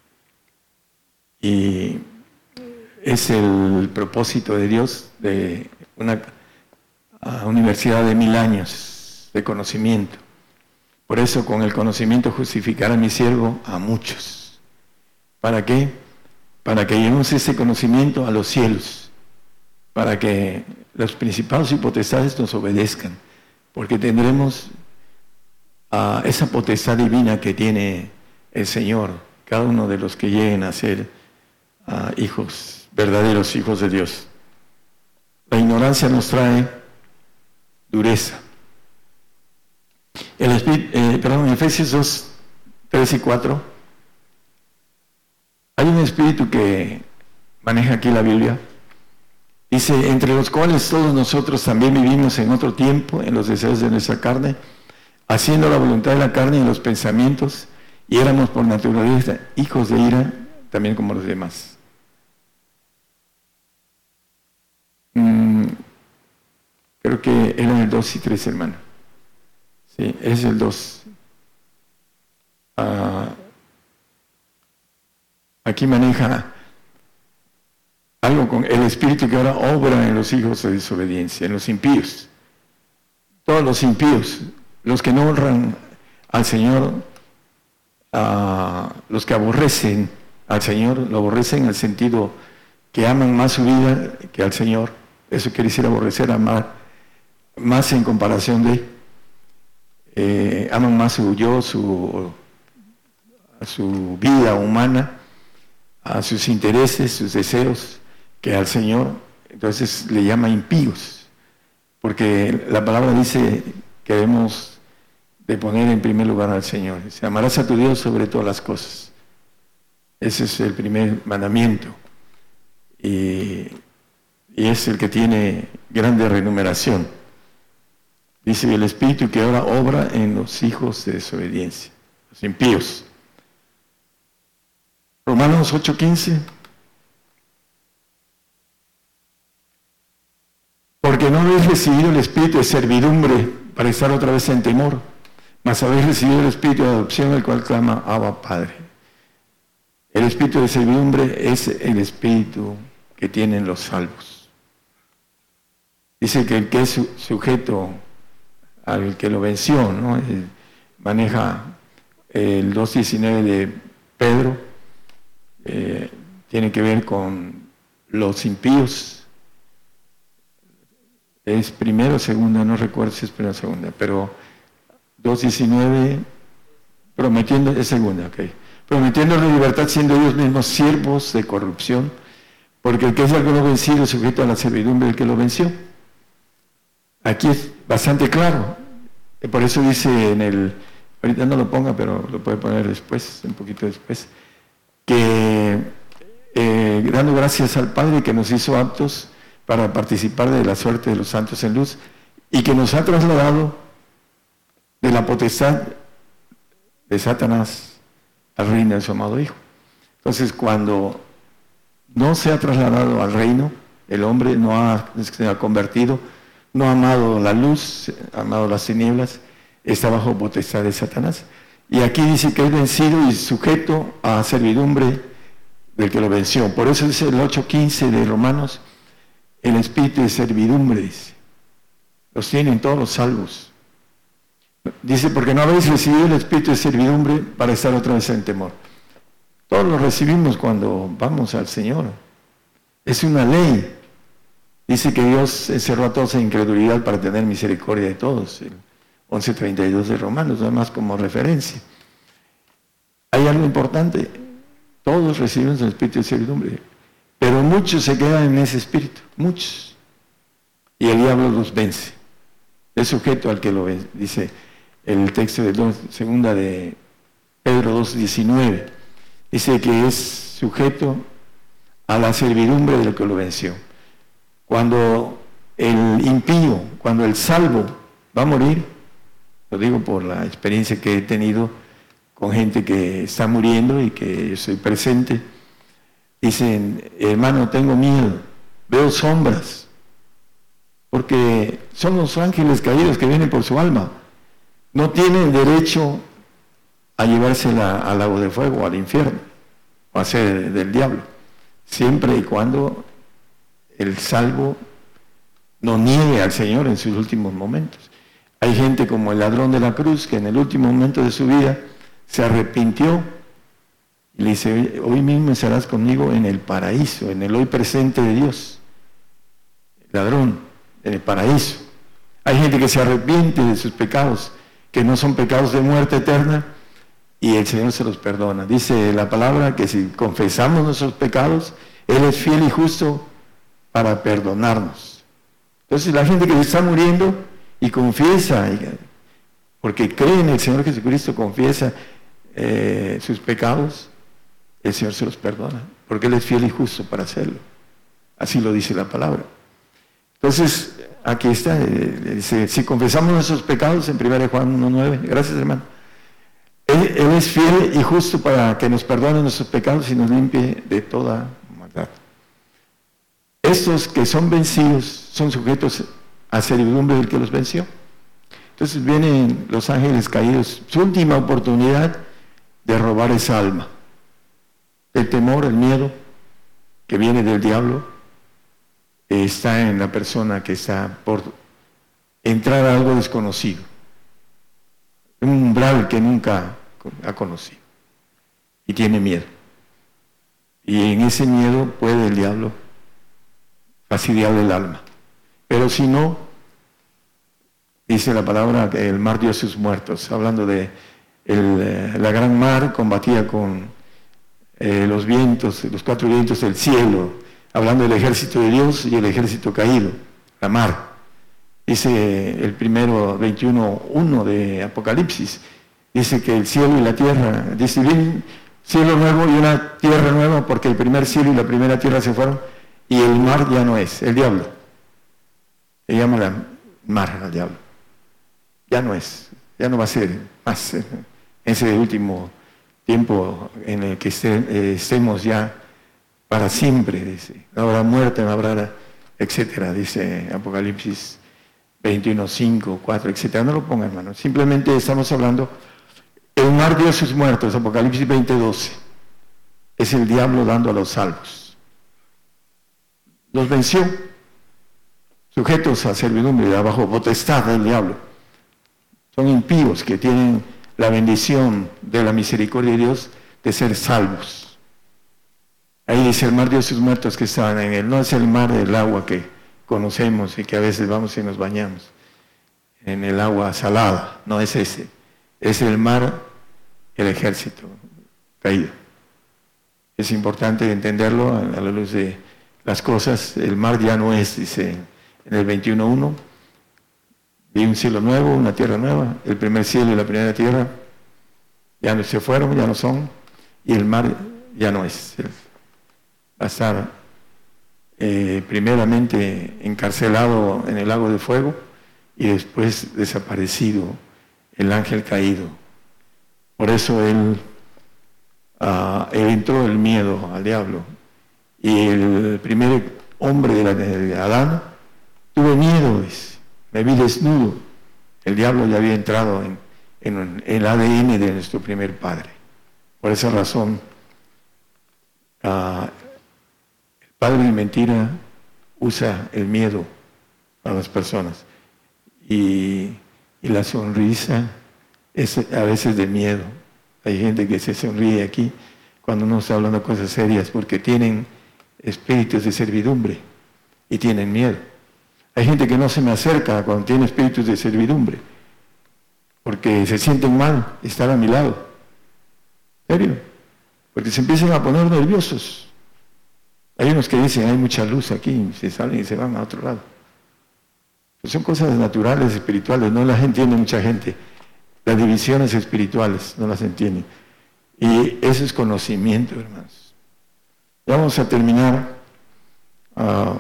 [SPEAKER 3] Y es el propósito de Dios de una universidad de mil años de conocimiento. Por eso, con el conocimiento justificará a mi siervo a muchos. ¿Para qué? Para que llevemos ese conocimiento a los cielos, para que los principados y potestades nos obedezcan, porque tendremos uh, esa potestad divina que tiene el Señor, cada uno de los que lleguen a ser uh, hijos, verdaderos hijos de Dios. La ignorancia nos trae dureza. El espíritu, eh, perdón, en Efesios dos, tres y cuatro, hay un espíritu que maneja aquí la Biblia. Dice, entre los cuales todos nosotros también vivimos en otro tiempo, en los deseos de nuestra carne, haciendo la voluntad de la carne y los pensamientos, y éramos por naturaleza hijos de ira, también como los demás. Mm, creo que eran el dos y tres, hermano. Sí, es el dos. Uh, aquí maneja algo con el espíritu que ahora obra en los hijos de desobediencia, en los impíos. Todos los impíos, los que no honran al Señor, uh, los que aborrecen al Señor, lo aborrecen en el sentido que aman más su vida que al Señor. Eso quiere decir aborrecer, amar más en comparación de, eh, aman más su yo, su, su vida humana, a sus intereses, sus deseos, que al Señor. Entonces le llama impíos, porque la palabra dice que debemos de poner en primer lugar al Señor. Dice, amarás a tu Dios sobre todas las cosas. Ese es el primer mandamiento, y, y es el que tiene grande remuneración. Dice, el espíritu que ahora obra en los hijos de desobediencia, los impíos. Romanos ocho quince. Porque no habéis recibido el espíritu de servidumbre para estar otra vez en temor, mas habéis recibido el espíritu de adopción, el cual clama, Abba, Padre. El espíritu de servidumbre es el espíritu que tienen los salvos. Dice que el que es sujeto al que lo venció, ¿no? Maneja el dos diecinueve de Pedro, eh, tiene que ver con los impíos. Es primero o segunda, no recuerdo si es primera o segunda, pero dos diecinueve, prometiendo, es segunda, ok. Prometiendo la libertad siendo ellos mismos siervos de corrupción, porque el que es alguno vencido es sujeto a la servidumbre del que lo venció. Aquí es bastante claro, por eso dice en el, ahorita no lo ponga, pero lo puede poner después, un poquito después, que eh, dando gracias al Padre que nos hizo aptos para participar de la suerte de los santos en luz, y que nos ha trasladado de la potestad de Satanás al reino de su amado Hijo. Entonces, cuando no se ha trasladado al reino, el hombre no ha, se ha convertido, no ha amado la luz, ha amado las tinieblas, está bajo potestad de Satanás. Y aquí dice que es vencido y sujeto a servidumbre del que lo venció. Por eso dice el ocho quince de Romanos, el espíritu de servidumbre, dice. Los tienen todos los salvos. Dice, porque no habéis recibido el espíritu de servidumbre para estar otra vez en temor. Todos lo recibimos cuando vamos al Señor. Es una ley. Dice que Dios encerró a todos en incredulidad para tener misericordia de todos. El once treinta y dos de Romanos, además como referencia. Hay algo importante. Todos recibimos el espíritu de servidumbre. Pero muchos se quedan en ese espíritu. Muchos. Y el diablo los vence. Es sujeto al que lo vence. Dice el texto de dos, segunda de Pedro dos diecinueve. Dice que es sujeto a la servidumbre del que lo venció. Cuando el impío, cuando el salvo va a morir, lo digo por la experiencia que he tenido con gente que está muriendo y que yo soy presente, dicen, hermano, tengo miedo, veo sombras, porque son los ángeles caídos que vienen por su alma. No tienen derecho a llevársela al lago de fuego o al infierno, o a ser del diablo, siempre y cuando el salvo no niegue al Señor en sus últimos momentos. Hay gente como el ladrón de la cruz que en el último momento de su vida se arrepintió y le dice, hoy mismo estarás conmigo en el paraíso, en el hoy presente de Dios. El ladrón, en el paraíso. Hay gente que se arrepiente de sus pecados, que no son pecados de muerte eterna, y el Señor se los perdona. Dice la palabra que si confesamos nuestros pecados, Él es fiel y justo para perdonarnos. Entonces la gente que está muriendo y confiesa, porque cree en el Señor Jesucristo, confiesa eh, sus pecados, el Señor se los perdona, porque Él es fiel y justo para hacerlo. Así lo dice la palabra. Entonces, aquí está, eh, dice, si confesamos nuestros pecados, en primera de Juan uno nueve, gracias hermano, él, él es fiel y justo para que nos perdone nuestros pecados y nos limpie de toda maldad. Estos que son vencidos son sujetos a servidumbre del que los venció. Entonces vienen los ángeles caídos, su última oportunidad de robar esa alma. El temor, el miedo que viene del diablo, está en la persona que está por entrar a algo desconocido, un umbral que nunca ha conocido y tiene miedo. Y en ese miedo puede el diablo fastidiarle el alma. Pero si no, dice la palabra que el mar dio a sus muertos, hablando de el, la gran mar combatía con eh, los vientos, los cuatro vientos del cielo, hablando del ejército de Dios y el ejército caído, la mar. Dice el primero veintiuno uno de Apocalipsis, dice que el cielo y la tierra, dice, bien, cielo nuevo y una tierra nueva, porque el primer cielo y la primera tierra se fueron, y el mar ya no es, el diablo. Se llama la mar al diablo. Ya no es, ya no va a ser más en ese último tiempo en el que esté, eh, estemos ya para siempre, dice. No habrá muerte, no habrá, etcétera, dice Apocalipsis veintiuno, cinco, cuatro, etcétera. No lo ponga, hermano. Simplemente estamos hablando, el mar dio a sus muertos, Apocalipsis veinte, doce. Es el diablo dando a los salvos. Los venció, sujetos a servidumbre, bajo potestad del diablo. Son impíos que tienen la bendición de la misericordia de Dios de ser salvos. Ahí dice el mar dio a sus muertos que estaban en él. No es el mar del agua que conocemos y que a veces vamos y nos bañamos en el agua salada. No es ese. Es el mar, el ejército caído. Es importante entenderlo a la luz de las cosas. El mar ya no es, dice en el veintiuno uno, vi un cielo nuevo, una tierra nueva. El primer cielo y la primera tierra ya no se fueron, ya no son, y el mar ya no es. Va a estar eh, primeramente encarcelado en el lago de fuego y después desaparecido el ángel caído. Por eso él, uh, él entró el miedo al diablo. Y el primer hombre de, la, de Adán tuvo miedo, dice, me vi desnudo. El diablo ya había entrado en, en, en el A D N de nuestro primer padre. Por esa razón, uh, el padre de mentira usa el miedo a las personas. Y, y la sonrisa es a veces de miedo. Hay gente que se sonríe aquí cuando uno está hablando de cosas serias porque tienen espíritus de servidumbre y tienen miedo. Hay gente que no se me acerca cuando tiene espíritus de servidumbre porque se sienten mal estar a mi lado. ¿En serio? Porque se empiezan a poner nerviosos. Hay unos que dicen, hay mucha luz aquí, se salen y se van a otro lado. Pues son cosas naturales, espirituales, no las entiende mucha gente. Las divisiones espirituales no las entienden. Y eso es conocimiento, hermanos. Ya vamos a terminar. Uh,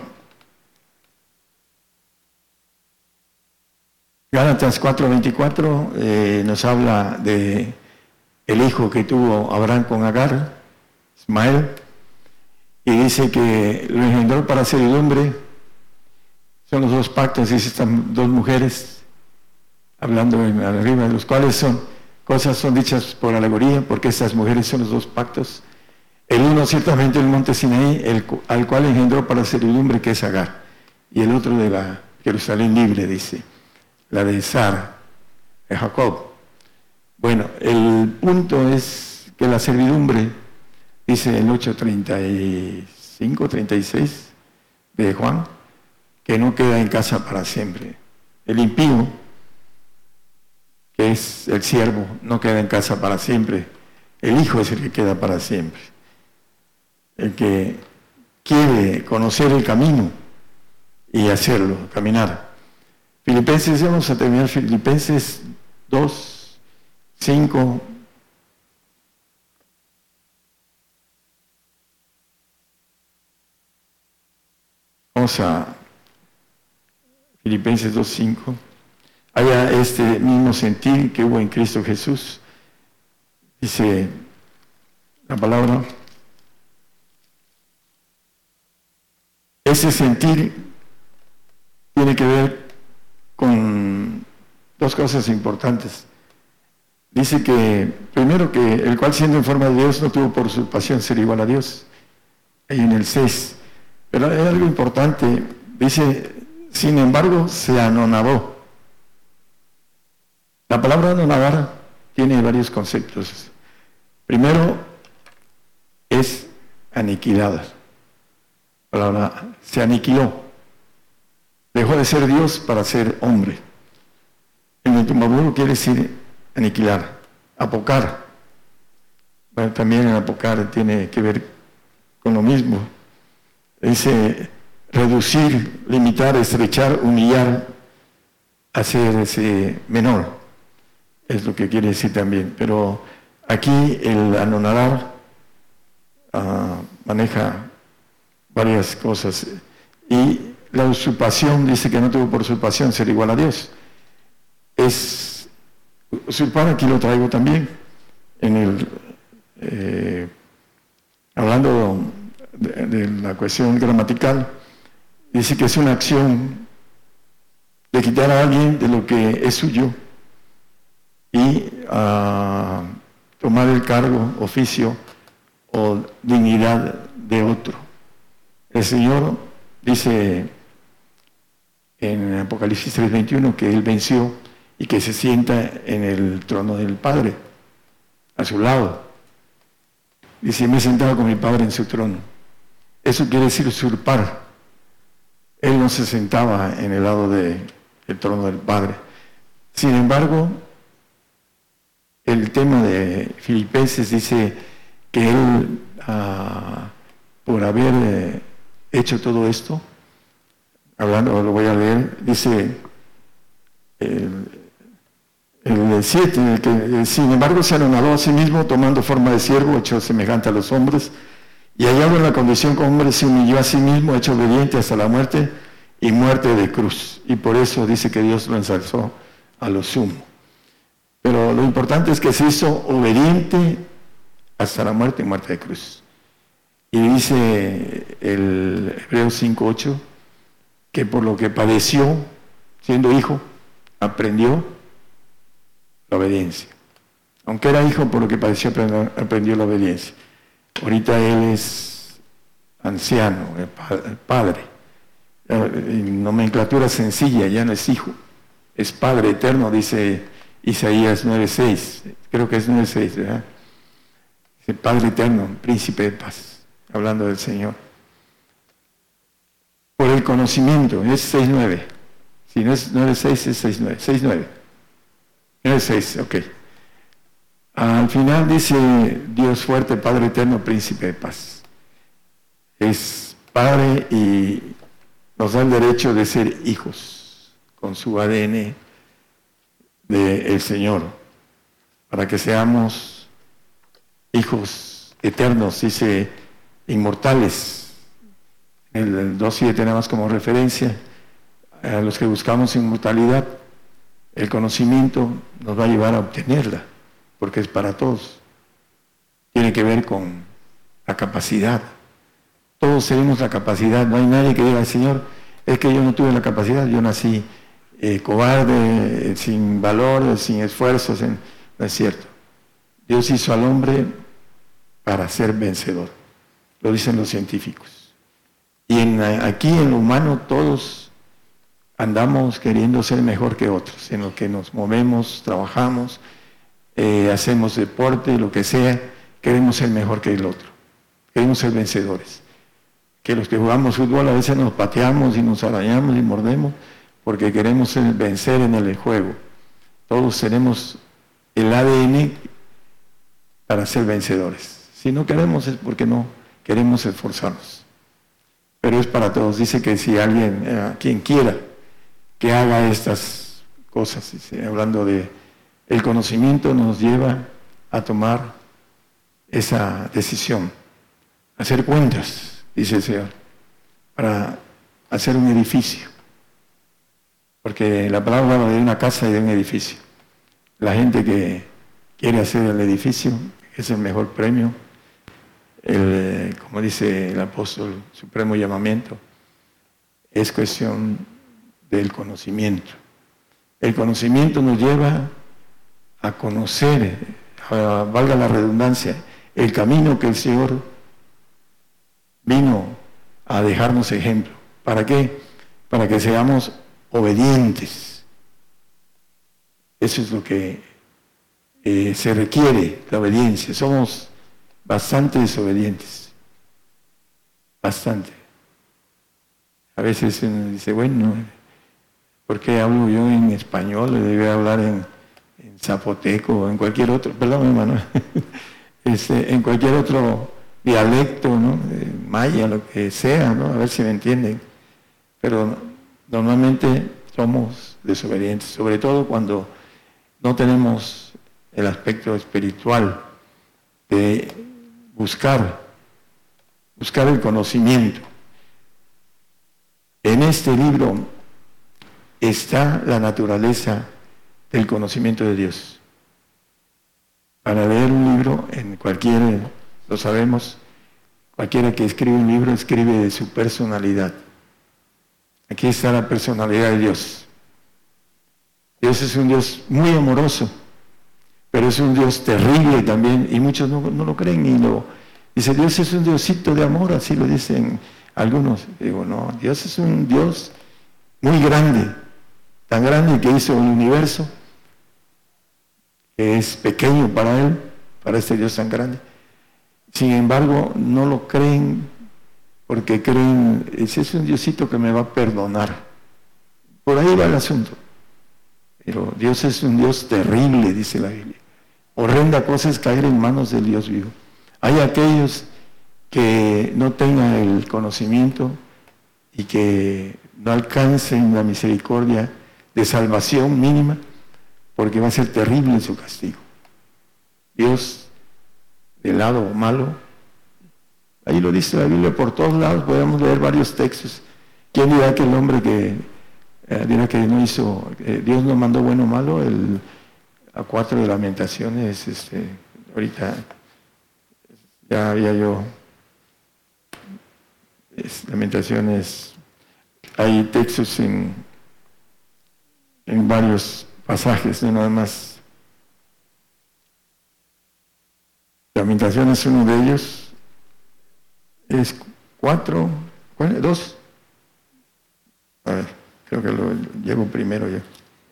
[SPEAKER 3] Gálatas cuatro veinticuatro eh, nos habla de el hijo que tuvo Abraham con Agar, Ismael, y dice que lo engendró para servidumbre. Son los dos pactos, dice estas dos mujeres, hablando en arriba, de los cuales son cosas son dichas por alegoría, porque estas mujeres son los dos pactos. El uno ciertamente el monte Sinaí, el, al cual engendró para servidumbre, que es Agar, y el otro de la Jerusalén libre, dice, la de Sara, de Jacob. Bueno, el punto es que la servidumbre, dice el ocho treinta y cinco, treinta y seis de Juan, que no queda en casa para siempre. El impío, que es el siervo, no queda en casa para siempre. El hijo es el que queda para siempre. El que quiere conocer el camino y hacerlo, caminar. Filipenses, vamos a terminar Filipenses dos, cinco. Vamos a Filipenses dos, cinco. Haya este mismo sentir que hubo en Cristo Jesús. Dice la palabra. Ese sentir tiene que ver con dos cosas importantes. Dice que, primero, que el cual siendo en forma de Dios no tuvo por usurpación ser igual a Dios. Ahí en el seis. Pero hay algo importante. Dice, sin embargo, se anonadó. La palabra anonadar tiene varios conceptos. Primero, es aniquilada. La palabra se aniquiló. Dejó de ser Dios para ser hombre. En el tumbabulo quiere decir aniquilar, apocar. Bueno, también el apocar tiene que ver con lo mismo. Dice reducir, limitar, estrechar, humillar, hacerse menor. Es lo que quiere decir también. Pero aquí el anonadar uh, maneja varias cosas. Y la usurpación, dice que no tuvo por usurpación ser igual a Dios. Es usurpar, aquí lo traigo también, en el eh, hablando de, de la cuestión gramatical, dice que es una acción de quitar a alguien de lo que es suyo y uh, tomar el cargo, oficio o dignidad de otro. El Señor dice en Apocalipsis tres veintiuno que Él venció y que se sienta en el trono del Padre, a su lado. Dice, me he sentado con mi Padre en su trono. Eso quiere decir usurpar. Él no se sentaba en el lado del trono del Padre. Sin embargo, el tema de Filipenses dice que Él, ah, por haber eh, hecho todo esto, hablando, lo voy a leer, dice el, el siete, el que sin embargo se anonadó a sí mismo, tomando forma de siervo, hecho semejante a los hombres, y hallado en la condición como hombre, se humilló a sí mismo, hecho obediente hasta la muerte, y muerte de cruz. Y por eso dice que Dios lo ensalzó a lo sumo. Pero lo importante es que se hizo obediente hasta la muerte y muerte de cruz. Y dice el Hebreos cinco ocho, que por lo que padeció, siendo hijo, aprendió la obediencia. Aunque era hijo, por lo que padeció, aprendió la obediencia. Ahorita él es anciano, el padre, En nomenclatura sencilla, ya no es hijo, es Padre eterno, dice Isaías nueve seis, creo que es nueve seis, ¿verdad? Dice Padre eterno, príncipe de paz, hablando del Señor. Por el conocimiento, es seis nueve, si no es nueve seis, es seis nueve, seis nueve, nueve seis, ok. Al final dice Dios fuerte, Padre eterno, príncipe de paz. Es Padre y nos da el derecho de ser hijos con su A D N del Señor, para que seamos hijos eternos, dice inmortales. El dos siete tenemos como referencia a los que buscamos inmortalidad. El conocimiento nos va a llevar a obtenerla, porque es para todos. Tiene que ver con la capacidad. Todos tenemos la capacidad, no hay nadie que diga, Señor, es que yo no tuve la capacidad, yo nací eh, cobarde, eh, sin valor, sin esfuerzos, en... no es cierto. Dios hizo al hombre para ser vencedor, lo dicen los científicos. Y en, aquí en lo humano todos andamos queriendo ser mejor que otros, en lo que nos movemos, trabajamos, eh, hacemos deporte, lo que sea, queremos ser mejor que el otro, queremos ser vencedores. Que los que jugamos fútbol a veces nos pateamos y nos arañamos y mordemos porque queremos vencer en el juego. Todos tenemos el A D N para ser vencedores. Si no queremos es porque no queremos esforzarnos. Pero es para todos. Dice que si alguien, eh, quien quiera, que haga estas cosas, dice, hablando de el conocimiento nos lleva a tomar esa decisión, a hacer cuentas, dice el Señor, para hacer un edificio. Porque la palabra habla de una casa y de un edificio. La gente que quiere hacer el edificio es el mejor premio, el, como dice el apóstol, supremo llamamiento, es cuestión del conocimiento. El conocimiento nos lleva a conocer, a, valga la redundancia, el camino que el Señor vino a dejarnos ejemplo. ¿Para qué? Para que seamos obedientes. Eso es lo que eh, se requiere, la obediencia. Somos bastante desobedientes. Bastante. A veces uno dice, bueno, ¿por qué hablo yo en español? Debe hablar en, en zapoteco o en cualquier otro, perdón, hermano, este, en cualquier otro dialecto, ¿no? Maya, lo que sea, ¿no? A ver si me entienden. Pero normalmente somos desobedientes, sobre todo cuando no tenemos el aspecto espiritual de buscar, buscar el conocimiento. En este libro está la naturaleza del conocimiento de Dios. Para leer un libro, en cualquier, lo sabemos, cualquiera que escribe un libro escribe de su personalidad. Aquí está la personalidad de Dios. Dios es un Dios muy amoroso, pero es un Dios terrible también, y muchos no, no lo creen ni lo... Dice, Dios es un Diosito de amor, así lo dicen algunos. Digo, no, Dios es un Dios muy grande, tan grande que hizo el universo, que es pequeño para Él, para este Dios tan grande. Sin embargo, no lo creen porque creen, ese es un Diosito que me va a perdonar. Por ahí va el asunto. Pero Dios es un Dios terrible, dice la Biblia. Horrenda cosa es caer en manos del Dios vivo. Hay aquellos que no tengan el conocimiento y que no alcancen la misericordia de salvación mínima, porque va a ser terrible su castigo. Dios, del lado malo, ahí lo dice la Biblia por todos lados, podemos leer varios textos. ¿Quién dirá que el hombre que eh, dirá que no hizo, eh, Dios no mandó bueno o malo? El a cuatro de Lamentaciones, este, ahorita ya había yo, es, Lamentaciones, hay textos en, en varios pasajes, no nada más. Lamentaciones es uno de ellos, es cuatro, ¿cuál? Dos, A ver, creo que lo llevo primero yo.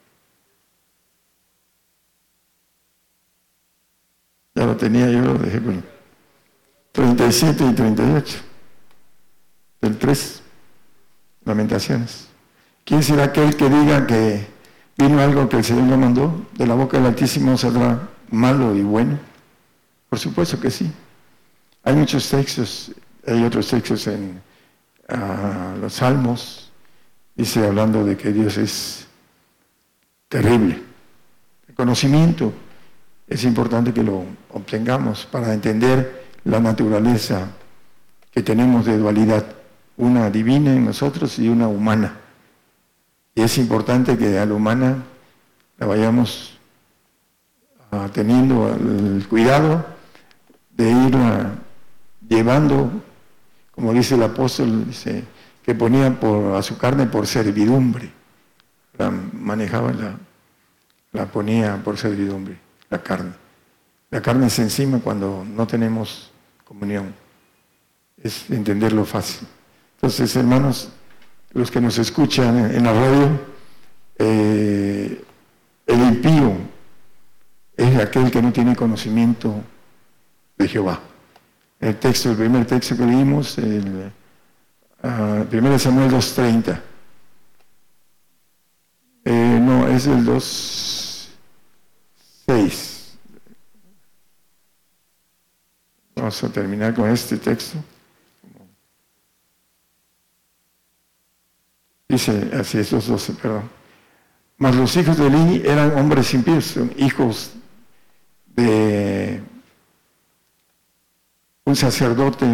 [SPEAKER 3] Ya lo tenía, yo lo dejé con treinta y siete y treinta y ocho. Del tres. Lamentaciones. ¿Quién será aquel que diga que vino algo que el Señor no mandó? ¿De la boca del Altísimo saldrá malo y bueno? Por supuesto que sí. Hay muchos textos, hay otros textos en uh, los Salmos, dice hablando de que Dios es terrible. El conocimiento es importante que lo obtengamos para entender la naturaleza que tenemos de dualidad, una divina en nosotros y una humana. Y es importante que a la humana la vayamos uh, teniendo el cuidado de irla llevando, como dice el apóstol, dice, que ponía por, a su carne por servidumbre. La manejaba, la, la ponía por servidumbre, la carne. La carne se encima cuando no tenemos comunión. Es entenderlo fácil. Entonces, hermanos, los que nos escuchan en la radio, eh, el impío es aquel que no tiene conocimiento de Jehová. El texto, el primer texto que leímos, el uh, primero Samuel dos treinta. Eh, no, es el dos seis. Vamos a terminar con este texto. Dice, así es, dos doce, perdón. Mas los hijos de Eli eran hombres impíos, hijos de un sacerdote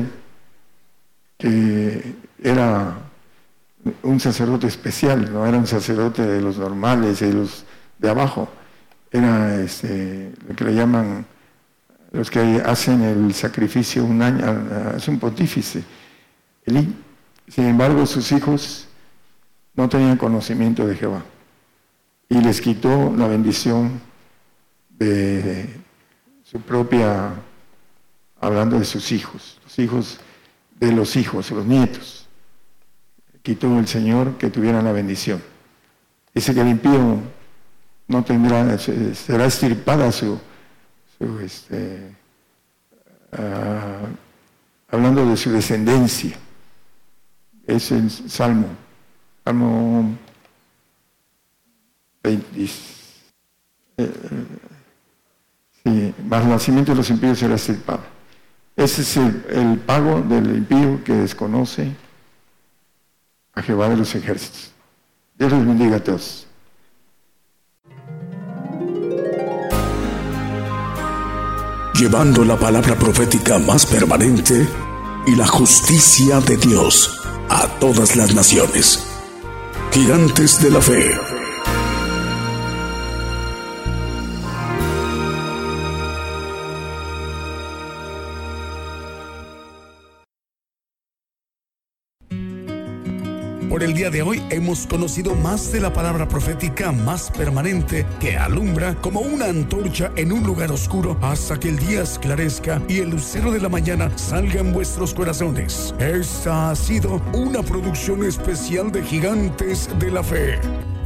[SPEAKER 3] que era un sacerdote especial, no era un sacerdote de los normales, de los de abajo, era este, lo que le llaman los que hacen el sacrificio un año, es un pontífice. Elí. Sin embargo, sus hijos no tenían conocimiento de Jehová y les quitó la bendición de su propia, hablando de sus hijos, los hijos de los hijos, los nietos. Quitó el Señor que tuvieran la bendición. Dice que el impío no tendrá, será extirpada su, su este, uh, hablando de su descendencia. Es el Salmo, Salmo veinte. Eh, sí, más el nacimiento de los impíos será extirpado. Ese es el, el pago del impío que desconoce a Jehová de los ejércitos. Dios les bendiga a todos.
[SPEAKER 1] Llevando la palabra profética más permanente y la justicia de Dios a todas las naciones. Gigantes de la Fe. Por el día de hoy hemos conocido más de la palabra profética más permanente que alumbra como una antorcha en un lugar oscuro hasta que el día esclarezca y el lucero de la mañana salga en vuestros corazones. Esta ha sido una producción especial de Gigantes de la Fe.